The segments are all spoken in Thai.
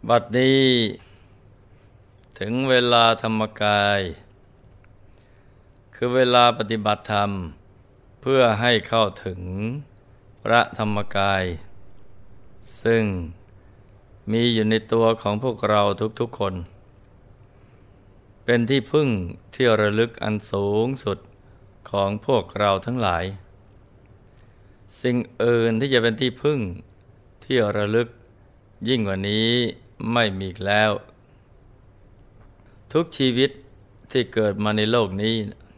บัดนี้ถึงเวลาธรรมกายคือเวลาปฏิบัติธรรมเพื่อให้เข้าถึงพระธรรมกายซึ่งมีอยู่ในตัวของพวกเราทุกๆคนเป็นที่พึ่งที่ระลึกอันสูงสุดของพวกเราทั้งหลายสิ่งอื่นที่จะเป็นที่พึ่งที่ระลึกยิ่งกว่านี้ไม่มีอีกแล้วทุกชีวิตที่เกิดมาในโลกนี้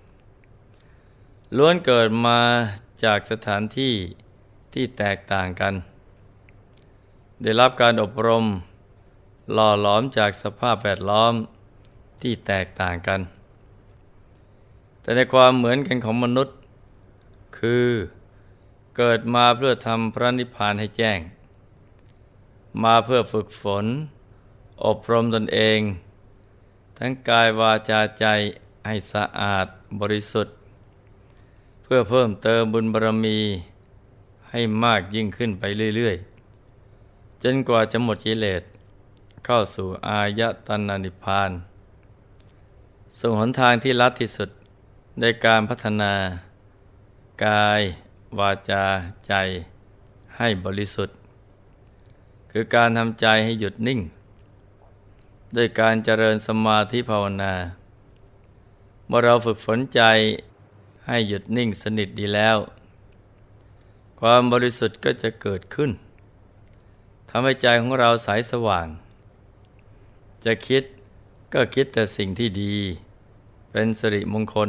ล้วนเกิดมาจากสถานที่ที่แตกต่างกันได้รับการอบรมหล่อหลอมจากสภาพแวดล้อมที่แตกต่างกันแต่ในความเหมือนกันของมนุษย์คือเกิดมาเพื่อทำพระนิพพานให้แจ้งมาเพื่อฝึกฝนอบรมตนเองทั้งกายวาจาใจให้สะอาดบริสุทธิ์เพื่อเพิ่มเติมบุญบารมีให้มากยิ่งขึ้นไปเรื่อยๆจนกว่าจะหมดกิเลสเข้าสู่อายตนะนิพพานสู่หนทางที่ลัดที่สุดในการพัฒนากายวาจาใจให้บริสุทธิ์คือการทำใจให้หยุดนิ่งด้วยการเจริญสมาธิภาวนาเมื่อเราฝึกฝนใจให้หยุดนิ่งสนิทดีแล้วความบริสุทธิ์ก็จะเกิดขึ้นทำให้ใจของเราใสสว่างจะคิดก็คิดแต่สิ่งที่ดีเป็นสิริมงคล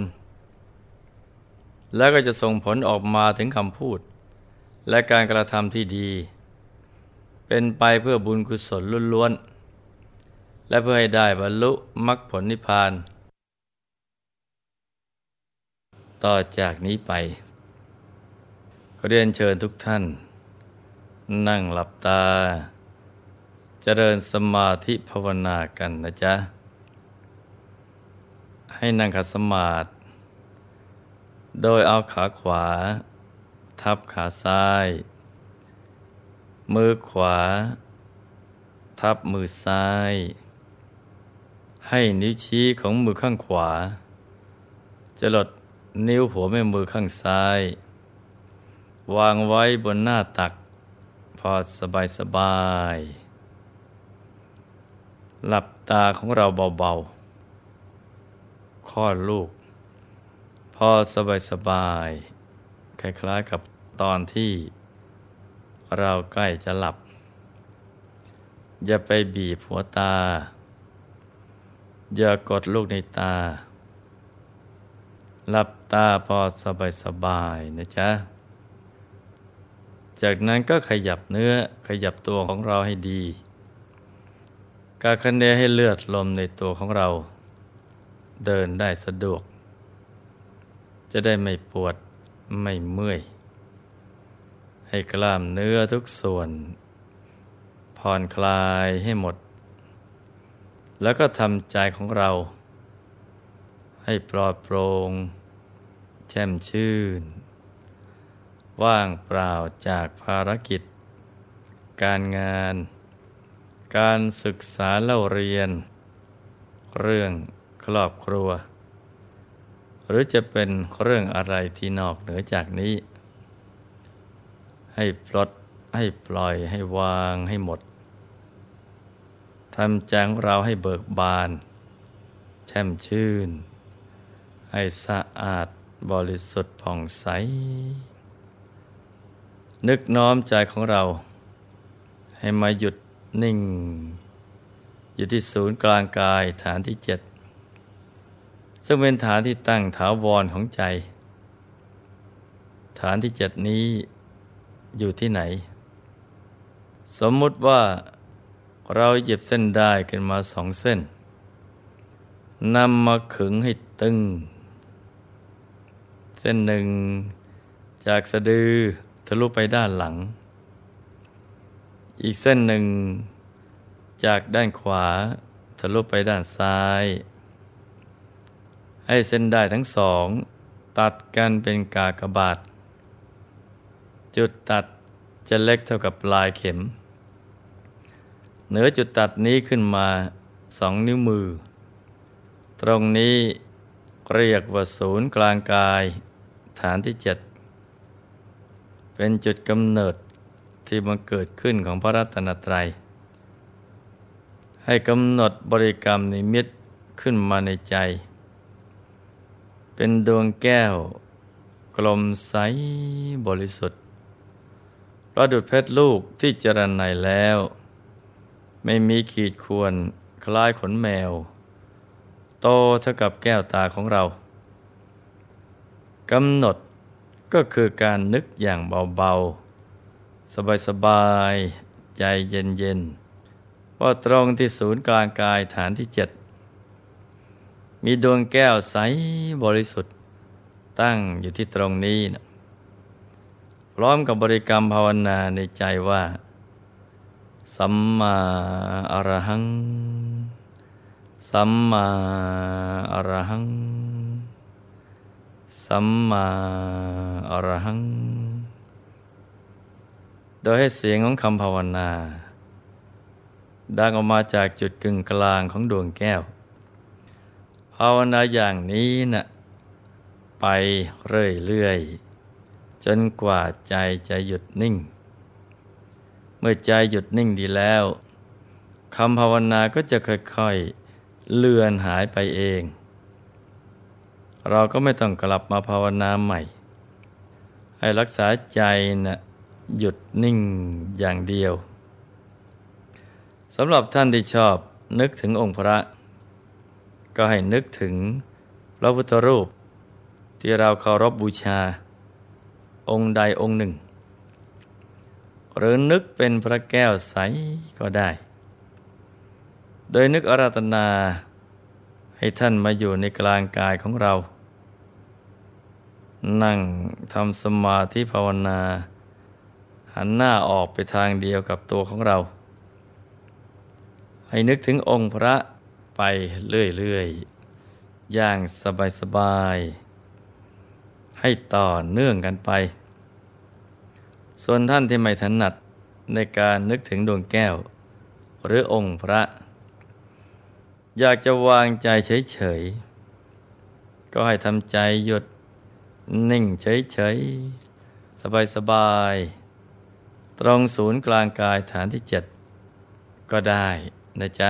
แล้วก็จะส่งผลออกมาถึงคำพูดและการกระทำที่ดีเป็นไปเพื่อบุญกุศลล้วนๆและเพื่อให้ได้บรรลุมรรคผลนิพพานต่อจากนี้ไปขอเรียนเชิญทุกท่านนั่งหลับตาเจริญสมาธิภาวนากันนะจ๊ะให้นั่งขัดสมาธิโดยเอาขาขวาทับขาซ้ายมือขวาทับมือซ้ายให้นิ้วชี้ของมือข้างขวาจรดนิ้วหัวแม่มือข้างซ้ายวางไว้บนหน้าตักพอสบายหลับตาของเราเบาๆคลอดลูกพอสบายคล้ายๆกับตอนที่เราใกล้จะหลับอย่าไปบีบหัวตาอย่ากดลูกในตาหลับตาพอสบายนะจ๊ะจากนั้นก็ขยับเนื้อขยับตัวของเราให้ดีการคะเนให้เลือดลมในตัวของเราเดินได้สะดวกจะได้ไม่ปวดไม่เมื่อยให้กล้ามเนื้อทุกส่วนผ่อนคลายให้หมดแล้วก็ทำใจของเราให้ปลอดโปร่งแช่มชื่นว่างเปล่าจากภารกิจการงานการศึกษาเล่าเรียนเรื่องครอบครัวหรือจะเป็นเรื่องอะไรที่นอกเหนือจากนี้ให้ปลดให้ปล่อยให้วางให้หมดทำใจของเราให้เบิกบานแช่มชื่นให้สะอาดบริสุทธิ์ผ่องใสนึกน้อมใจของเราให้มาหยุดนิ่งอยู่ที่ศูนย์กลางกายฐานที่7ซึ่งเป็นฐานที่ตั้งถาวรของใจฐานที่7นี้อยู่ที่ไหนสมมุติว่าเราหยิบเส้นด้ายขึ้นมา2 เส้นนำมาขึงให้ตึงเส้นหนึ่งจากสะดือทะลุไปด้านหลังอีกเส้นหนึ่งจากด้านขวาทะลุไปด้านซ้ายให้เส้นด้ายทั้งสองตัดกันเป็นกากบาทจุดตัดจะเล็กเท่ากับปลายเข็มเหนือจุดตัดนี้ขึ้นมา2 นิ้วมือตรงนี้เรียกว่าศูนย์กลางกายฐานที่ 7เป็นจุดกำเนิดที่บังเกิดขึ้นของพระรัตนตรัยให้กำหนดบริกรรมนิมิตขึ้นมาในใจเป็นดวงแก้วกลมใสบริสุทธิ์ประดุจเพชรลูกที่เจริญในแล้วไม่มีขีดข่วนคล้ายขนแมวโตเท่ากับแก้วตาของเรากำหนดก็คือการนึกอย่างเบาๆสบายๆใจเย็นๆว่าตรงที่ศูนย์กลางกายฐานที่ 7มีดวงแก้วใสบริสุทธิ์ตั้งอยู่ที่ตรงนี้นะพร้อมกับบริกรรมภาวนาในใจว่าสัมมาอรหังสัมมาอรหังสัมมาอรหังโดยให้เสียงของคำภาวนาดังออกมาจากจุดกึ่งกลางของดวงแก้วภาวนาอย่างนี้น่ะไปเรื่อยๆจนกว่าใจจะหยุดนิ่งเมื่อใจหยุดนิ่งดีแล้วคำภาวนาก็จะค่อยๆเลือนหายไปเองเราก็ไม่ต้องกลับมาภาวนาใหม่ให้รักษาใจน่ะหยุดนิ่งอย่างเดียวสำหรับท่านที่ชอบนึกถึงองค์พระก็ให้นึกถึงพระพุทธรูปที่เราเคารพบูชาองค์ใดองค์หนึ่งหรือนึกเป็นพระแก้วใสก็ได้โดยนึกอาราธนาให้ท่านมาอยู่ในกลางกายของเรานั่งทำสมาธิภาวนาหันหน้าออกไปทางเดียวกับตัวของเราให้นึกถึงองค์พระไปเรื่อยๆอย่างสบายๆให้ต่อเนื่องกันไปส่วนท่านที่ไม่ถนัดในการนึกถึงดวงแก้วหรือองค์พระอยากจะวางใจเฉยๆก็ให้ทำใจหยุดนิ่งเฉยๆสบายๆตรงศูนย์กลางกายฐานที่ 7ก็ได้นะจ๊ะ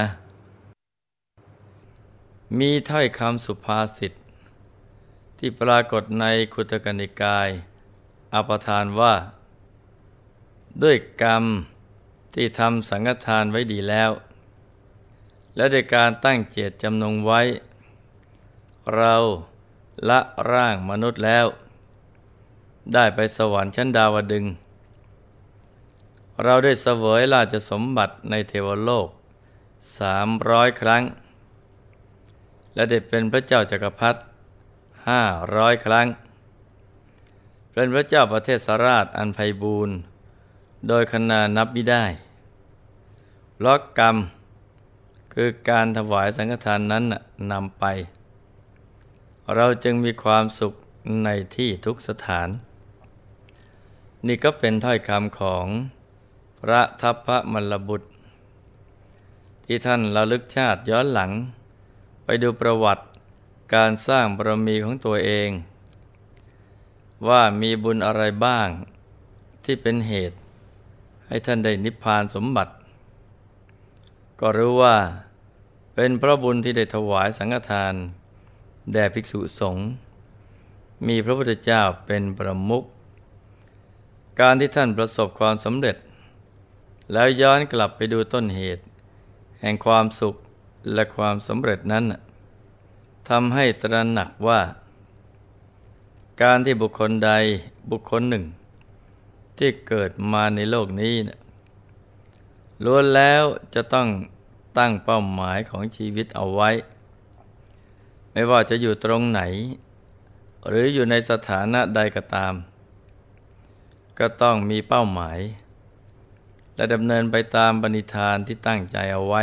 มีถ้อยคำสุภาษิตที่ปรากฏในคุตกนิกายอปทานว่าด้วยกรรมที่ทำสังฆทานไว้ดีแล้วและด้วยการตั้งเจตจำนงไว้เราละร่างมนุษย์แล้วได้ไปสวรรค์ชั้นดาวดึงส์เราได้เสวยราชสมบัติในเทวโลก300 ครั้งและได้เป็นพระเจ้าจักรพรรดิ500 ครั้งเป็นพระเจ้าประเทศสราชอันไพบูลย์โดยคณานับมิได้เพราะกรรมคือการถวายสังฆทานนั้นนำไปเราจึงมีความสุขในที่ทุกสถานนี่ก็เป็นถ้อยคำของพระทัพพมลบุตรที่ท่านระลึกชาติย้อนหลังไปดูประวัติการสร้างบารมีของตัวเองว่ามีบุญอะไรบ้างที่เป็นเหตุให้ท่านได้นิพพานสมบัติก็รู้ว่าเป็นเพราะบุญที่ได้ถวายสังฆทานแด่ภิกษุสงฆ์มีพระพุทธเจ้าเป็นประมุขการที่ท่านประสบความสำเร็จแล้วย้อนกลับไปดูต้นเหตุแห่งความสุขและความสำเร็จนั้นทำให้ตระหนักว่าการที่บุคคลใดบุคคลหนึ่งที่เกิดมาในโลกนี้ล้วนแล้วจะต้องตั้งเป้าหมายของชีวิตเอาไว้ไม่ว่าจะอยู่ตรงไหนหรืออยู่ในสถานะใดก็ตามก็ต้องมีเป้าหมายและดำเนินไปตามปณิธานที่ตั้งใจเอาไว้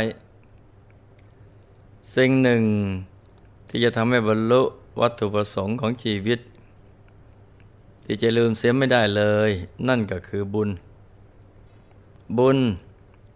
สิ่งหนึ่งที่จะทำให้บรรลุวัตถุประสงค์ของชีวิตที่จะลืมเสียไม่ได้เลยนั่นก็คือบุญ บุญ เ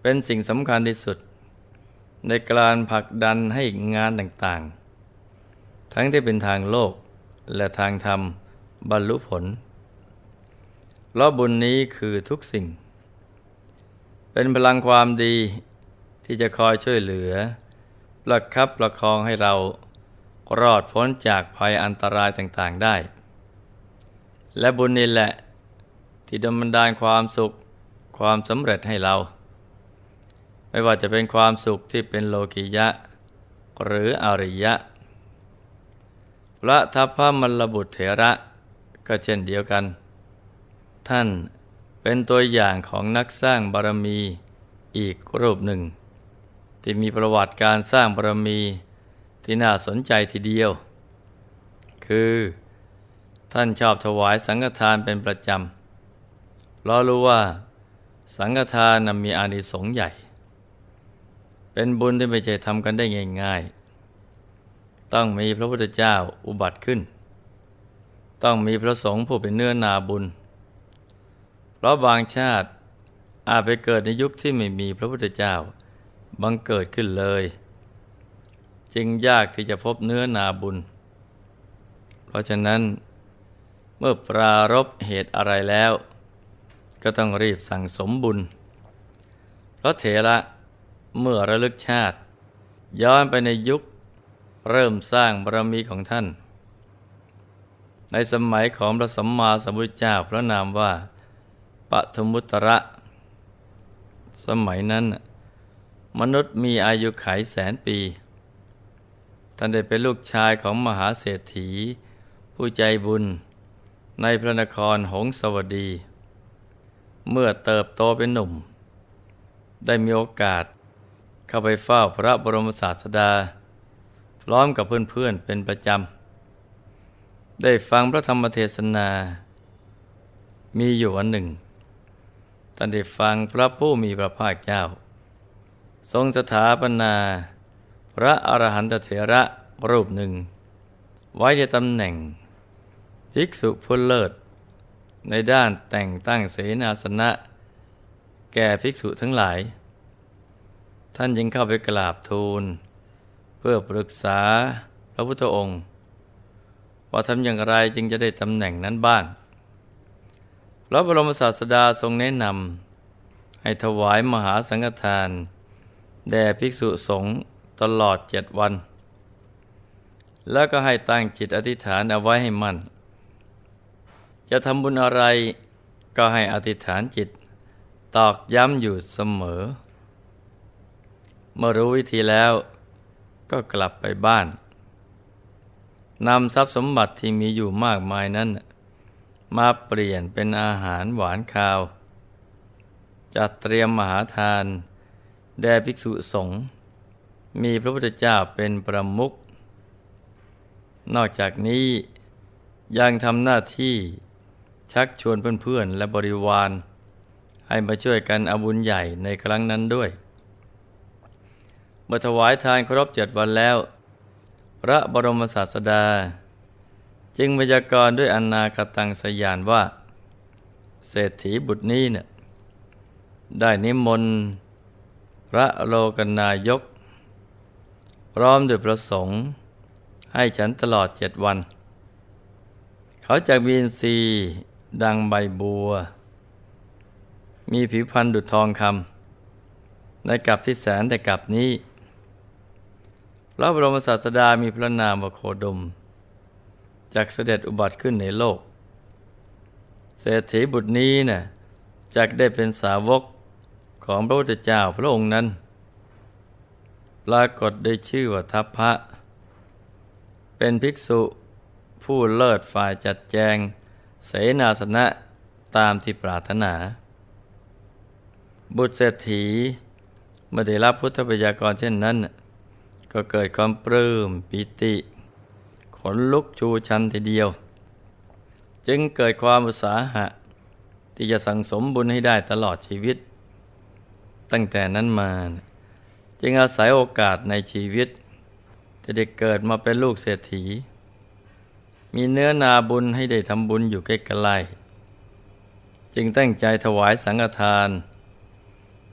เป็นสิ่งสำคัญที่สุดในการผลักดันให้งานต่างๆทั้งที่เป็นทางโลกและทางธรรมบรรลุผลเพราะบุญนี้คือทุกสิ่งเป็นพลังความดีที่จะคอยช่วยเหลือประคับประคองให้เรารอดพ้นจากภัยอันตรายต่างๆได้และบุญนี้แหละที่ดลบันดาลความสุขความสำเร็จให้เราไม่ว่าจะเป็นความสุขที่เป็นโลกิยะหรืออริยะพระทัพพมลบุตรเถระก็เช่นเดียวกันท่านเป็นตัวอย่างของนักสร้างบารมีอีกรูปหนึ่งที่มีประวัติการสร้างบารมีที่น่าสนใจทีเดียวคือท่านชอบถวายสังฆทานเป็นประจำเพราะรู้ว่าสังฆทานมีอานิสงส์ใหญ่เป็นบุญที่ไม่ใช่ทำกันได้ง่ายๆต้องมีพระพุทธเจ้าอุบัติขึ้นต้องมีพระสงฆ์ผู้เป็นเนื้อนาบุญเพราะบางชาติอาจไปเกิดในยุคที่ไม่มีพระพุทธเจ้าบังเกิดขึ้นเลยจึงยากที่จะพบเนื้อนาบุญเพราะฉะนั้นเมื่อปรารภเหตุอะไรแล้วก็ต้องรีบสั่งสมบุญเพราะเถระเมื่อระลึกชาติย้อนไปในยุคเริ่มสร้างบารมีของท่านในสมัยของพระสัมมาสัมพุทธเจ้าพระนามว่าปฐมุตตระสมัยนั้นมนุษย์มีอายุขัย100,000 ปีท่านได้เป็นลูกชายของมหาเศรษฐีผู้ใจบุญในพระนครหงสาวดีเมื่อเติบโตเป็นหนุ่มได้มีโอกาสเข้าไปเฝ้าพระบรมศาสดาพร้อมกับเพื่อนๆเป็นประจำได้ฟังพระธรรมเทศนามีอยู่วันหนึ่งท่านได้ฟังพระผู้มีพระภาคเจ้าทรงสถาปนาพระอรหันตเถระรูปหนึ่งไว้ในตำแหน่งภิกษุผู้เลิศในด้านแต่งตั้งเสนาสนะแก่ภิกษุทั้งหลายท่านจึงเข้าไปกราบทูลเพื่อปรึกษาพระพุทธองค์ว่าทำอย่างไรจึงจะได้ตำแหน่งนั้นบ้างพระบรมศาสดาทรงแนะนำให้ถวายมหาสังฆทานแด่ภิกษุสงฆ์ตลอด7 วันแล้วก็ให้ตั้งจิตอธิษฐานเอาไว้ให้มั่นจะทำบุญอะไรก็ให้อธิษฐานจิตตอกย้ำอยู่เสมอเมื่อรู้วิธีแล้วก็กลับไปบ้านนำทรัพย์สมบัติที่มีอยู่มากมายนั้นมาเปลี่ยนเป็นอาหารหวานคาวจัดเตรียมมหาทานแด่ภิกษุสงฆ์มีพระพุทธเจ้าเป็นประมุขนอกจากนี้ยังทำหน้าที่ชักชวนเพื่อนๆและบริวารให้มาช่วยกันเอาบุญใหญ่ในครั้งนั้นด้วยเมื่อถวายทานครบ7 วันแล้วพระบรมศาสดาจึงพยากรณ์ด้วยอนาคตังสยานว่าเศรษฐีบุตรนี้เนี่ยได้นิมนต์พระโลกนายกพร้อมด้วยพระสงฆ์ให้ฉันตลอด7 วันเขาจะมีอินทรีย์ดังใบบัวมีผิวพรรณดุจทองคำในกลับที่แสนแต่กลับนี้พระบรมศาสดามีพระนามว่าโคดมจักเสด็จอุบัติขึ้นในโลกเศรษฐีบุตรนี้น่ะจักได้เป็นสาวกของพระพุทธเจ้าพระองค์นั้นปรากฏได้ชื่อว่าทัพพะเป็นภิกษุผู้เลิศฝ่ายจัดแจงเสนาสนะตามที่ปรารถนาบุตรเศรษฐีเมื่อได้รับพุทธบัญญัติเช่นนั้นก็เกิดความปลื้มปิติขนลุกชูชันทีเดียวจึงเกิดความอุตสาหะที่จะสั่งสมบุญให้ได้ตลอดชีวิตตั้งแต่นั้นมาจึงอาศัยโอกาสในชีวิตที่ได้เกิดมาเป็นลูกเศรษฐีมีเนื้อนาบุญให้ได้ทำบุญอยู่ใกล้ๆจึงตั้งใจถวายสังฆทาน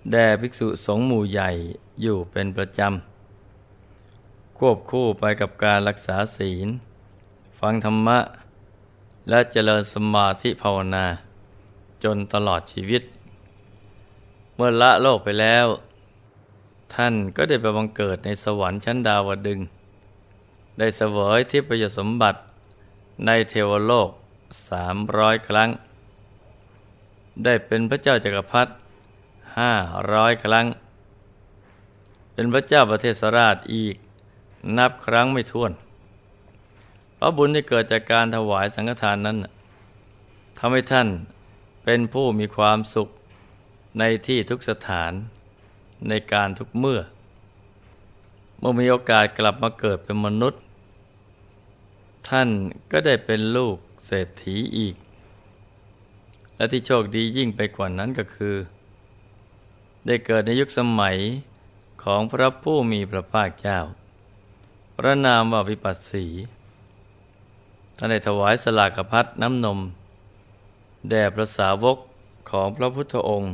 แด่ภิกษุสงฆ์หมู่ใหญ่อยู่เป็นประจำควบคู่ไปกับการรักษาศีลฟังธรรมะและเจริญสมาธิภาวนาจนตลอดชีวิตเมื่อละโลกไปแล้วท่านก็ได้ไปบังเกิดในสวรรค์ชั้นดาวดึงส์ได้เสวยทิพยสมบัติในเทวโลก300 ครั้งได้เป็นพระเจ้าจักรพรรดิ500 ครั้งเป็นพระเจ้าประเทศราชอีกนับครั้งไม่ถ้วนเพราะบุญที่เกิดจากการถวายสังฆทานนั้นทำให้ท่านเป็นผู้มีความสุขในที่ทุกสถานในการทุกเมื่อมีโอกาสกลับมาเกิดเป็นมนุษย์ท่านก็ได้เป็นลูกเศรษฐีอีกและที่โชคดียิ่งไปกว่านั้นก็คือได้เกิดในยุคสมัยของพระผู้มีพระภาคเจ้าพระนามว่าวิปัสสีท่านได้ถวายสลากพัดน้ำนมแด่พระสาวกของพระพุทธองค์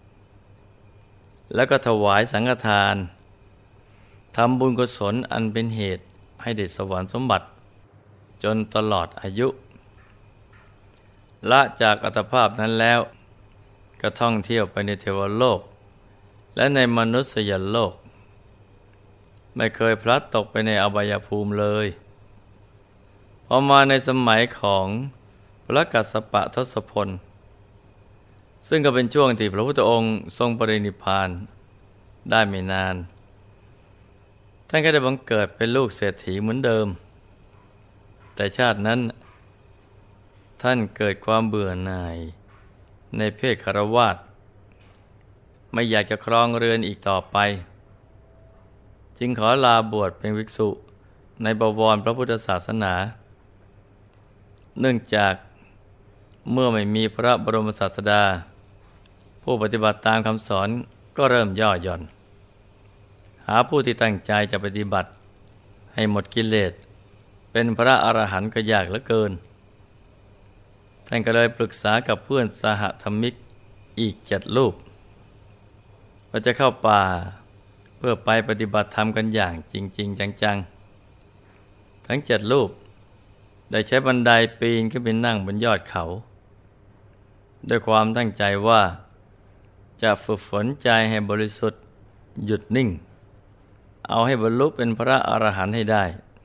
แล้วก็ถวายสังฆทานทำบุญกุศลอันเป็นเหตุให้ได้สวรรค์สมบัติจนตลอดอายุละจากอัตภาพนั้นแล้วก็ท่องเที่ยวไปในเทวโลกและในมนุษยโลกไม่เคยพลัดตกไปในอบายภูมิเลยพอมาในสมัยของพระกัสสปะทศพลซึ่งก็เป็นช่วงที่พระพุทธองค์ทรงปรินิพพานได้ไม่นานท่านก็ได้บังเกิดเป็นลูกเศรษฐีเหมือนเดิมแต่ชาตินั้นท่านเกิดความเบื่อหน่ายในเพศคฤหัสถ์ไม่อยากจะครองเรือนอีกต่อไปจึงขอลาบวชเป็นภิกษุในบวรพระพุทธศาสนาเนื่องจากเมื่อไม่มีพระบรมศาสดาผู้ปฏิบัติตามคำสอนก็เริ่มย่อหย่อนหาผู้ที่ตั้งใจจะปฏิบัติให้หมดกิเลสเป็นพระอรหันต์ก็ยากเหลือเกินท่านก็เลยปรึกษากับเพื่อนสหธรรมิกอีก7 รูปว่าจะเข้าป่าเพื่อไปปฏิบัติธรรมกันอย่างจริงๆจังๆทั้ง7 รูปได้ใช้บันไดปีนขึ้นไปนั่งบนยอดเขาด้วยความตั้งใจว่าจะฝึกฝนใจให้บริสุทธิ์หยุดนิ่งเอาให้บรรลุเป็นพระอรหันต์ให้ได้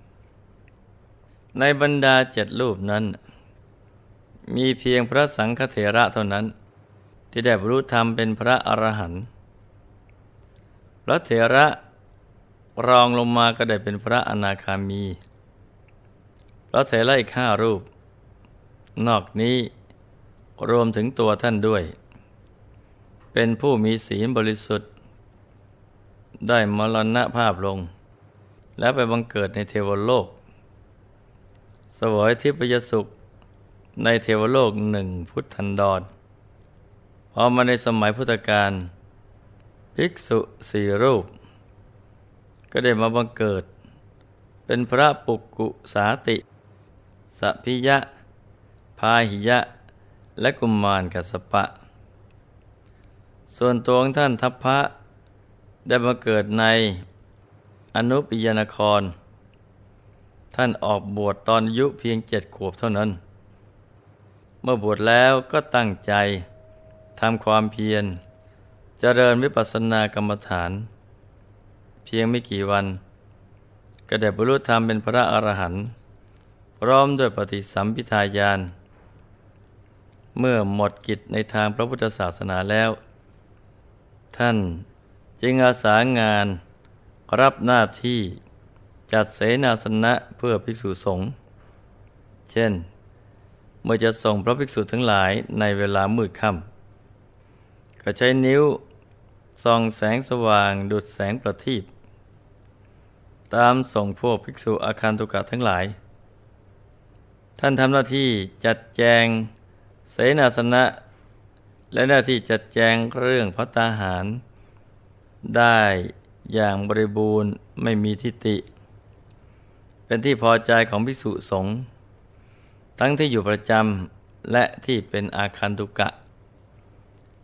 ในบรรดา7 รูปนั้นมีเพียงพระสังฆเถระเท่านั้นที่ได้บรรลุธรรมเป็นพระอรหันต์พระเถระรองลงมาก็ได้เป็นพระอนาคามีพระเถระอีก5 รูปนอกนี้รวมถึงตัวท่านด้วยเป็นผู้มีศีลบริสุทธิ์ได้มรณภาพลงแล้วไปบังเกิดในเทวโลกเสวยทิพยสุขในเทวโลก1 พุทธันดรพอมาในสมัยพุทธกาลภิกษุ4 รูปก็ได้มาบังเกิดเป็นพระปุกกุสาติสัพพิยะพาหิยะและกุมมารกัสสปะส่วนตัวของท่านทัพพะได้มาเกิดในอนุปิยนครท่านออกบวชตอนอายุเพียง7 ขวบเท่านั้นเมื่อบวชแล้วก็ตั้งใจทำความเพียรเจริญวิปัสสนากรรมฐานเพียงไม่กี่วันก็ได้บรรลุธรรมเป็นพระอรหันต์พร้อมด้วยปฏิสัมภิทาญาณเมื่อหมดกิจในทางพระพุทธศาสนาแล้วท่านจึงอาสางานรับหน้าที่จัดเสนาสนะเพื่อภิกษุสงฆ์เช่นเมื่อจะส่งพระภิกษุทั้งหลายในเวลามืดค่ำก็ใช้นิ้วส่องแสงสว่างดุจแสงประทีปตามส่งพวกภิกษุอาคันตุกะทั้งหลายท่านทำหน้าที่จัดแจงเสนาสนะและหน้าที่จัดแจงเรื่องภัตตาหารได้อย่างบริบูรณ์ไม่มีทิฏฐิเป็นที่พอใจของภิกษุสงฆ์ทั้งที่อยู่ประจำและที่เป็นอาคันตุกะ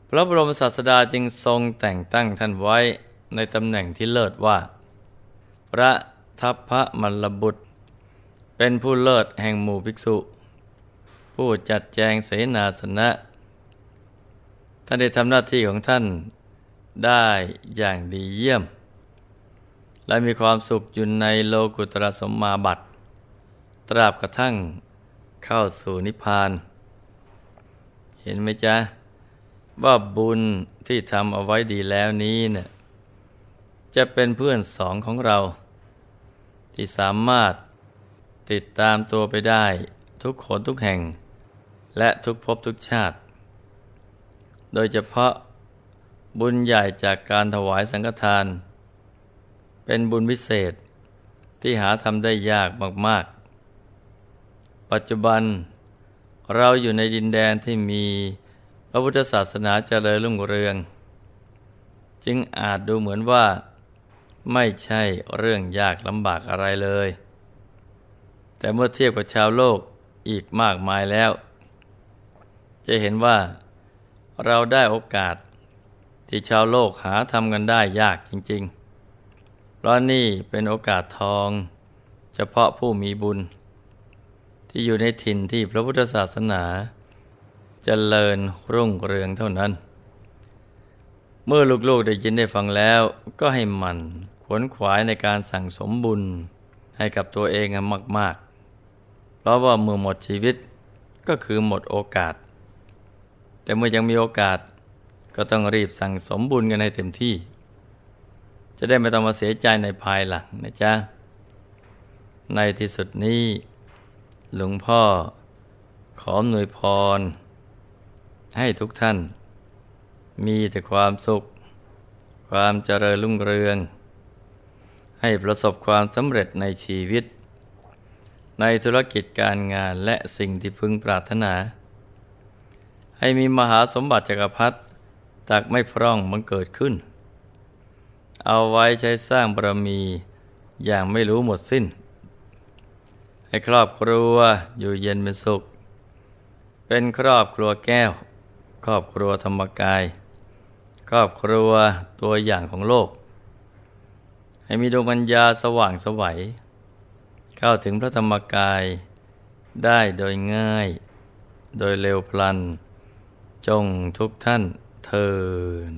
พระบรมศาสดาจึงทรงแต่งตั้งท่านไว้ในตำแหน่งที่เลิศว่าพระทัพพมัลลบุตรเป็นผู้เลิศแห่งหมู่ภิกษุผู้จัดแจงเสนาสนะท่านได้ทำหน้าที่ของท่านได้อย่างดีเยี่ยมและมีความสุขอยู่ในโลกุตตรสมมาบัติตราบกระทั่งเข้าสู่นิพพานเห็นไหมจ๊ะว่าบุญที่ทำเอาไว้ดีแล้วนี้เนี่ยจะเป็นเพื่อนสองของเราที่สามารถติดตามตัวไปได้ทุกคนทุกแห่งและทุกภพทุกชาติโดยเฉพาะบุญใหญ่จากการถวายสังฆทานเป็นบุญวิเศษที่หาทำได้ยากมากๆปัจจุบันเราอยู่ในดินแดนที่มีพระพุทธศาสนาเจริญรุ่งเรืองจึงอาจดูเหมือนว่าไม่ใช่เรื่องยากลำบากอะไรเลยแต่เมื่อเทียบกับชาวโลกอีกมากมายแล้วจะเห็นว่าเราได้โอกาสที่ชาวโลกหาทำกันได้ยากจริงๆเพราะนี่เป็นโอกาสทองเฉพาะผู้มีบุญที่อยู่ในถิ่นที่พระพุทธศาสนาเจริญรุ่งเรืองเท่านั้นเมื่อลูกๆได้ยินได้ฟังแล้วก็ให้มันขวนขวายในการสั่งสมบุญให้กับตัวเองมากๆเพราะว่าเมื่อหมดชีวิตก็คือหมดโอกาสแต่เมื่อยังมีโอกาสก็ต้องรีบสั่งสมบุญกันให้เต็มที่จะได้ไม่ต้องมาเสียใจในภายหลังนะจ๊ะในที่สุดนี้หลวงพ่อขออำนวยพรให้ทุกท่านมีแต่ความสุขความเจริญรุ่งเรืองให้ประสบความสำเร็จในชีวิตในธุรกิจการงานและสิ่งที่พึงปรารถนาให้มีมหาสมบัติจักรพรรดิตักไม่พร่องบังเกิดขึ้นเอาไว้ใช้สร้างบารมีอย่างไม่รู้หมดสิ้นให้ครอบครัวอยู่เย็นเป็นสุขเป็นครอบครัวแก้วครอบครัวธรรมกายครอบครัวตัวอย่างของโลกให้มีดวงปัญญาสว่างไสวเข้าถึงพระธรรมกายได้โดยง่ายโดยเร็วพลันจงทุกท่านเทิน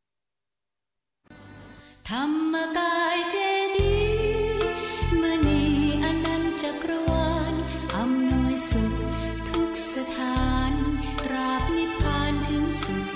ธรรมกายเจดีย์มณีอนันตจักรวาลอำนวยสุขทุกสถานตราบนิพพานถึงสุข